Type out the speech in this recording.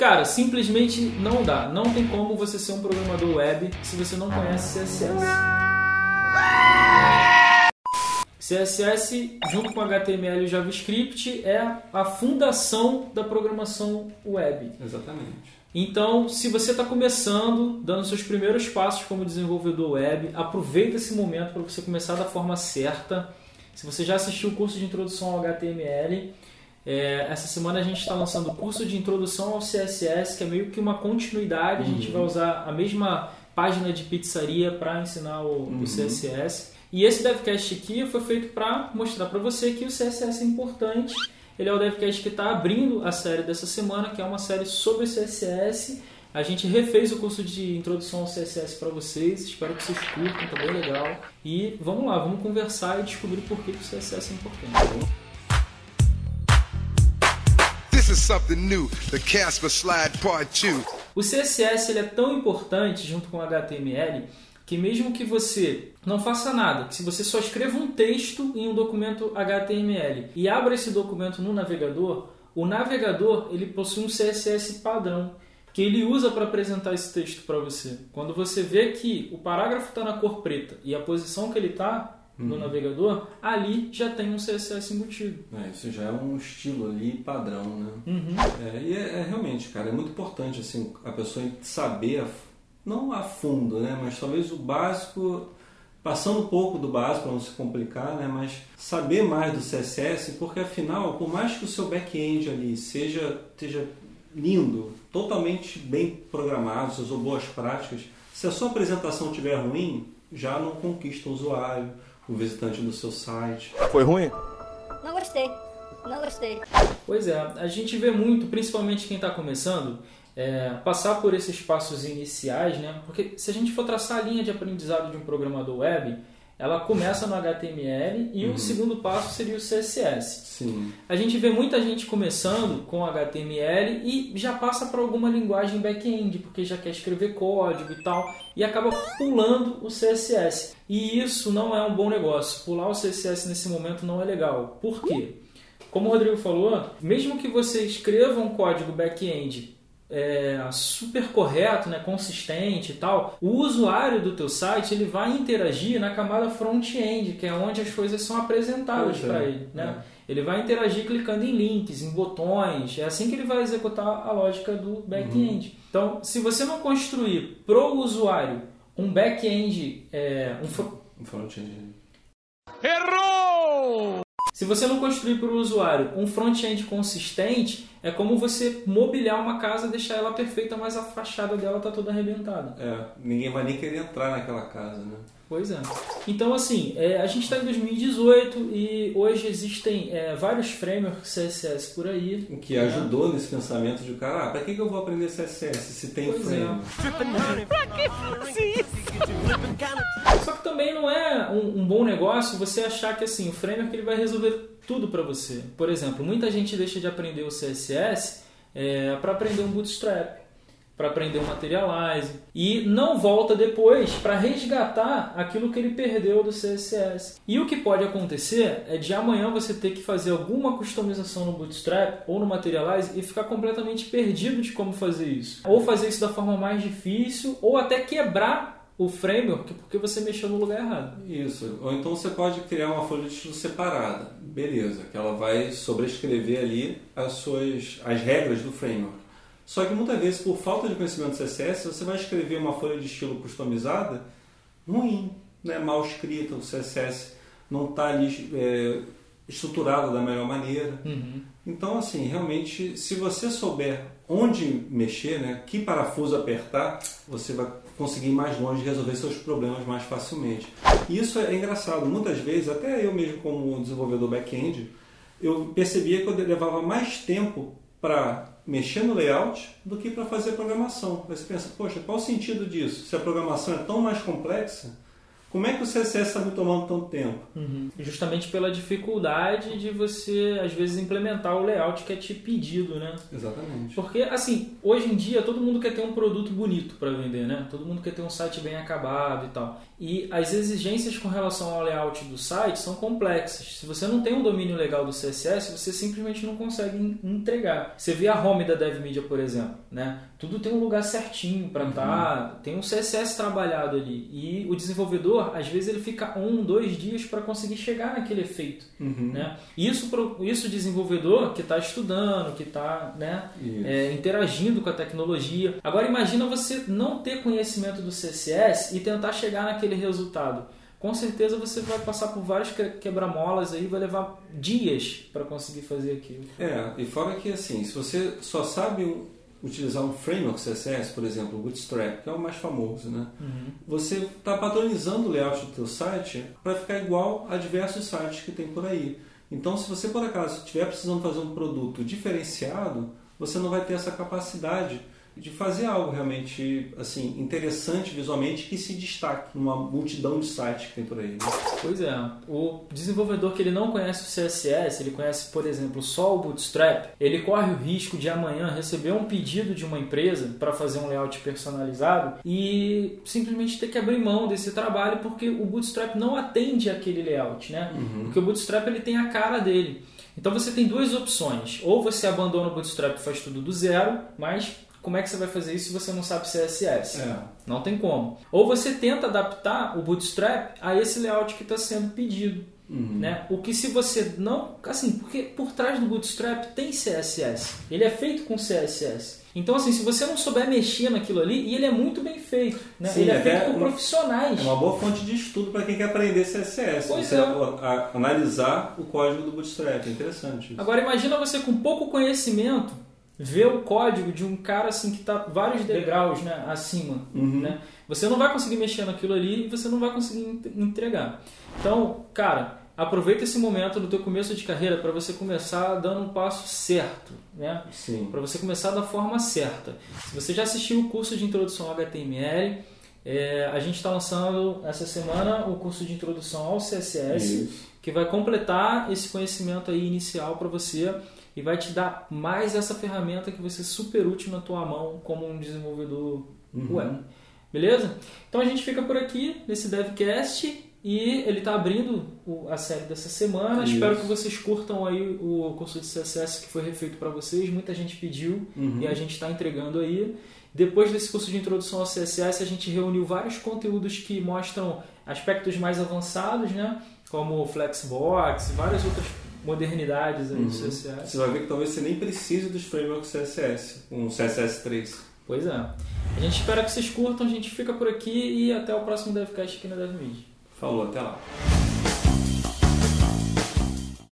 Cara, simplesmente não dá. Não tem como você ser um programador web se você não conhece CSS. CSS, junto com HTML e JavaScript, é a fundação da programação web. Exatamente. Então, se você está começando, dando seus primeiros passos como desenvolvedor web, aproveita esse momento para você começar da forma certa. Se você já assistiu o curso de introdução ao HTML, essa semana a gente está lançando o curso de introdução ao CSS, que é meio que uma continuidade. A gente vai usar a mesma página de pizzaria para ensinar o CSS. E esse devcast aqui foi feito para mostrar para você que o CSS é importante. Ele é o devcast que está abrindo a série dessa semana, que é uma série sobre CSS. A gente refez o curso de introdução ao CSS para vocês. Espero que vocês curtam, tá bem legal. E vamos lá, vamos conversar e descobrir por que o CSS é importante. This is something new, the Casper Slide Part 2. O CSS ele é tão importante junto com o HTML que mesmo que você não faça nada, que se você só escreva um texto em um documento HTML e abra esse documento no navegador, o navegador ele possui um CSS padrão que ele usa para apresentar esse texto para você. Quando você vê que o parágrafo está na cor preta e a posição que ele está no navegador, ali já tem um CSS embutido. Isso já é um estilo ali padrão, né? E realmente, cara, é muito importante assim, a pessoa saber, não a fundo, né? Mas talvez o básico, passando um pouco do básico para não se complicar, né? Mas saber mais do CSS, porque afinal, por mais que o seu back-end ali esteja lindo, totalmente bem programado, se usou boas práticas, se a sua apresentação estiver ruim, já não conquista o usuário, o visitante do seu site. Foi ruim? Não gostei. Pois é, a gente vê muito, principalmente quem está começando, passar por esses passos iniciais, né? Porque se a gente for traçar a linha de aprendizado de um programador web, ela começa no HTML e o segundo passo seria o CSS. Sim. A gente vê muita gente começando com HTML e já passa para alguma linguagem back-end, porque já quer escrever código e tal, e acaba pulando o CSS. E isso não é um bom negócio. Pular o CSS nesse momento não é legal. Por quê? Como o Rodrigo falou, mesmo que você escreva um código back-end super correto, né, consistente e tal, o usuário do teu site ele vai interagir na camada front-end, que é onde as coisas são apresentadas para ele, né? Ele vai interagir clicando em links, em botões, é assim que ele vai executar a lógica do back-end. Então, se você não construir para o usuário um back-end, um front-end. Errou! Se você não construir para o usuário um front-end consistente, é como você mobiliar uma casa e deixar ela perfeita, mas a fachada dela está toda arrebentada. Ninguém vai nem querer entrar naquela casa, né? Pois é. Então, assim, a gente está em 2018 e hoje existem vários frameworks CSS por aí. O que ajudou nesse pensamento de cara, para que eu vou aprender CSS se tem framework? Pra que fazer isso? Só que também não é um bom negócio você achar que assim, o framework ele vai resolver tudo para você. Por exemplo, muita gente deixa de aprender o CSS para aprender um Bootstrap, para aprender um Materialize e não volta depois para resgatar aquilo que ele perdeu do CSS. E o que pode acontecer é de amanhã você ter que fazer alguma customização no Bootstrap ou no Materialize e ficar completamente perdido de como fazer isso. Ou fazer isso da forma mais difícil ou até quebrar o framework porque você mexeu no lugar errado. Isso. Ou então você pode criar uma folha de estilo separada. Beleza, que ela vai sobrescrever ali as regras do framework. Só que muitas vezes, por falta de conhecimento do CSS, você vai escrever uma folha de estilo customizada ruim, né? Mal escrita, o CSS não está ali estruturado da melhor maneira. Então, assim, realmente, se você souber onde mexer, né? Que parafuso apertar, você vai conseguir ir mais longe e resolver seus problemas mais facilmente. E isso é engraçado. Muitas vezes, até eu mesmo como desenvolvedor back-end, eu percebia que eu levava mais tempo para mexer no layout do que para fazer a programação. Aí você pensa, poxa, qual o sentido disso? Se a programação é tão mais complexa, como é que o CSS está me tomando tanto tempo? Justamente pela dificuldade de você, às vezes, implementar o layout que é te pedido, né? Exatamente. Porque, assim, hoje em dia todo mundo quer ter um produto bonito para vender, né? Todo mundo quer ter um site bem acabado e tal. E as exigências com relação ao layout do site são complexas. Se você não tem um domínio legal do CSS, você simplesmente não consegue entregar. Você vê a home da DevMedia, por exemplo, né? Tudo tem um lugar certinho para estar, tem um CSS trabalhado ali. E o desenvolvedor, às vezes, ele fica 1-2 dias para conseguir chegar naquele efeito. Né? Isso o desenvolvedor que está estudando, que está, né, interagindo com a tecnologia. Agora imagina você não ter conhecimento do CSS e tentar chegar naquele resultado. Com certeza você vai passar por vários quebra-molas aí, vai levar dias para conseguir fazer aquilo. E fora que assim, se você só sabe utilizar um framework CSS, por exemplo, o Bootstrap, que é o mais famoso, né? Você está padronizando o layout do teu site para ficar igual a diversos sites que tem por aí. Então, se você por acaso estiver precisando fazer um produto diferenciado, você não vai ter essa capacidade de fazer algo realmente assim, interessante visualmente que se destaque numa multidão de sites que tem por aí. Né? Pois é. O desenvolvedor que ele não conhece o CSS, ele conhece, por exemplo, só o Bootstrap, ele corre o risco de amanhã receber um pedido de uma empresa para fazer um layout personalizado e simplesmente ter que abrir mão desse trabalho porque o Bootstrap não atende àquele layout, né? Porque o Bootstrap ele tem a cara dele. Então você tem duas opções. Ou você abandona o Bootstrap e faz tudo do zero, mas como é que você vai fazer isso se você não sabe CSS? Não tem como. Ou você tenta adaptar o Bootstrap a esse layout que está sendo pedido. Né? O que se você não... Assim, porque por trás do Bootstrap tem CSS. Ele é feito com CSS. Então, assim, se você não souber mexer naquilo ali, e ele é muito bem feito. Né? Sim, ele é feito por profissionais. É uma boa fonte de estudo para quem quer aprender CSS. Você analisar o código do Bootstrap. É interessante isso. Agora, imagina você com pouco conhecimento ver o código de um cara assim que está vários degraus, né, acima. Né? Você não vai conseguir mexer naquilo ali e você não vai conseguir entregar. Então, cara, aproveita esse momento do teu começo de carreira para você começar dando um passo certo. Né? Para você começar da forma certa. Se você já assistiu o curso de introdução ao HTML, a gente está lançando essa semana o curso de introdução ao CSS, que vai completar esse conhecimento aí inicial para você e vai te dar mais essa ferramenta que vai ser super útil na tua mão como um desenvolvedor web. Beleza? Então a gente fica por aqui nesse DevCast e ele está abrindo a série dessa semana. Espero que vocês curtam aí o curso de CSS que foi refeito para vocês. Muita gente pediu e a gente está entregando aí. Depois desse curso de introdução ao CSS, a gente reuniu vários conteúdos que mostram aspectos mais avançados, né? Como Flexbox, várias outras modernidades aí do CSS. Você vai ver que talvez você nem precise dos frameworks CSS, um CSS 3. Pois é. A gente espera que vocês curtam, a gente fica por aqui e até o próximo DevCast aqui na DevMedia. Falou, até lá.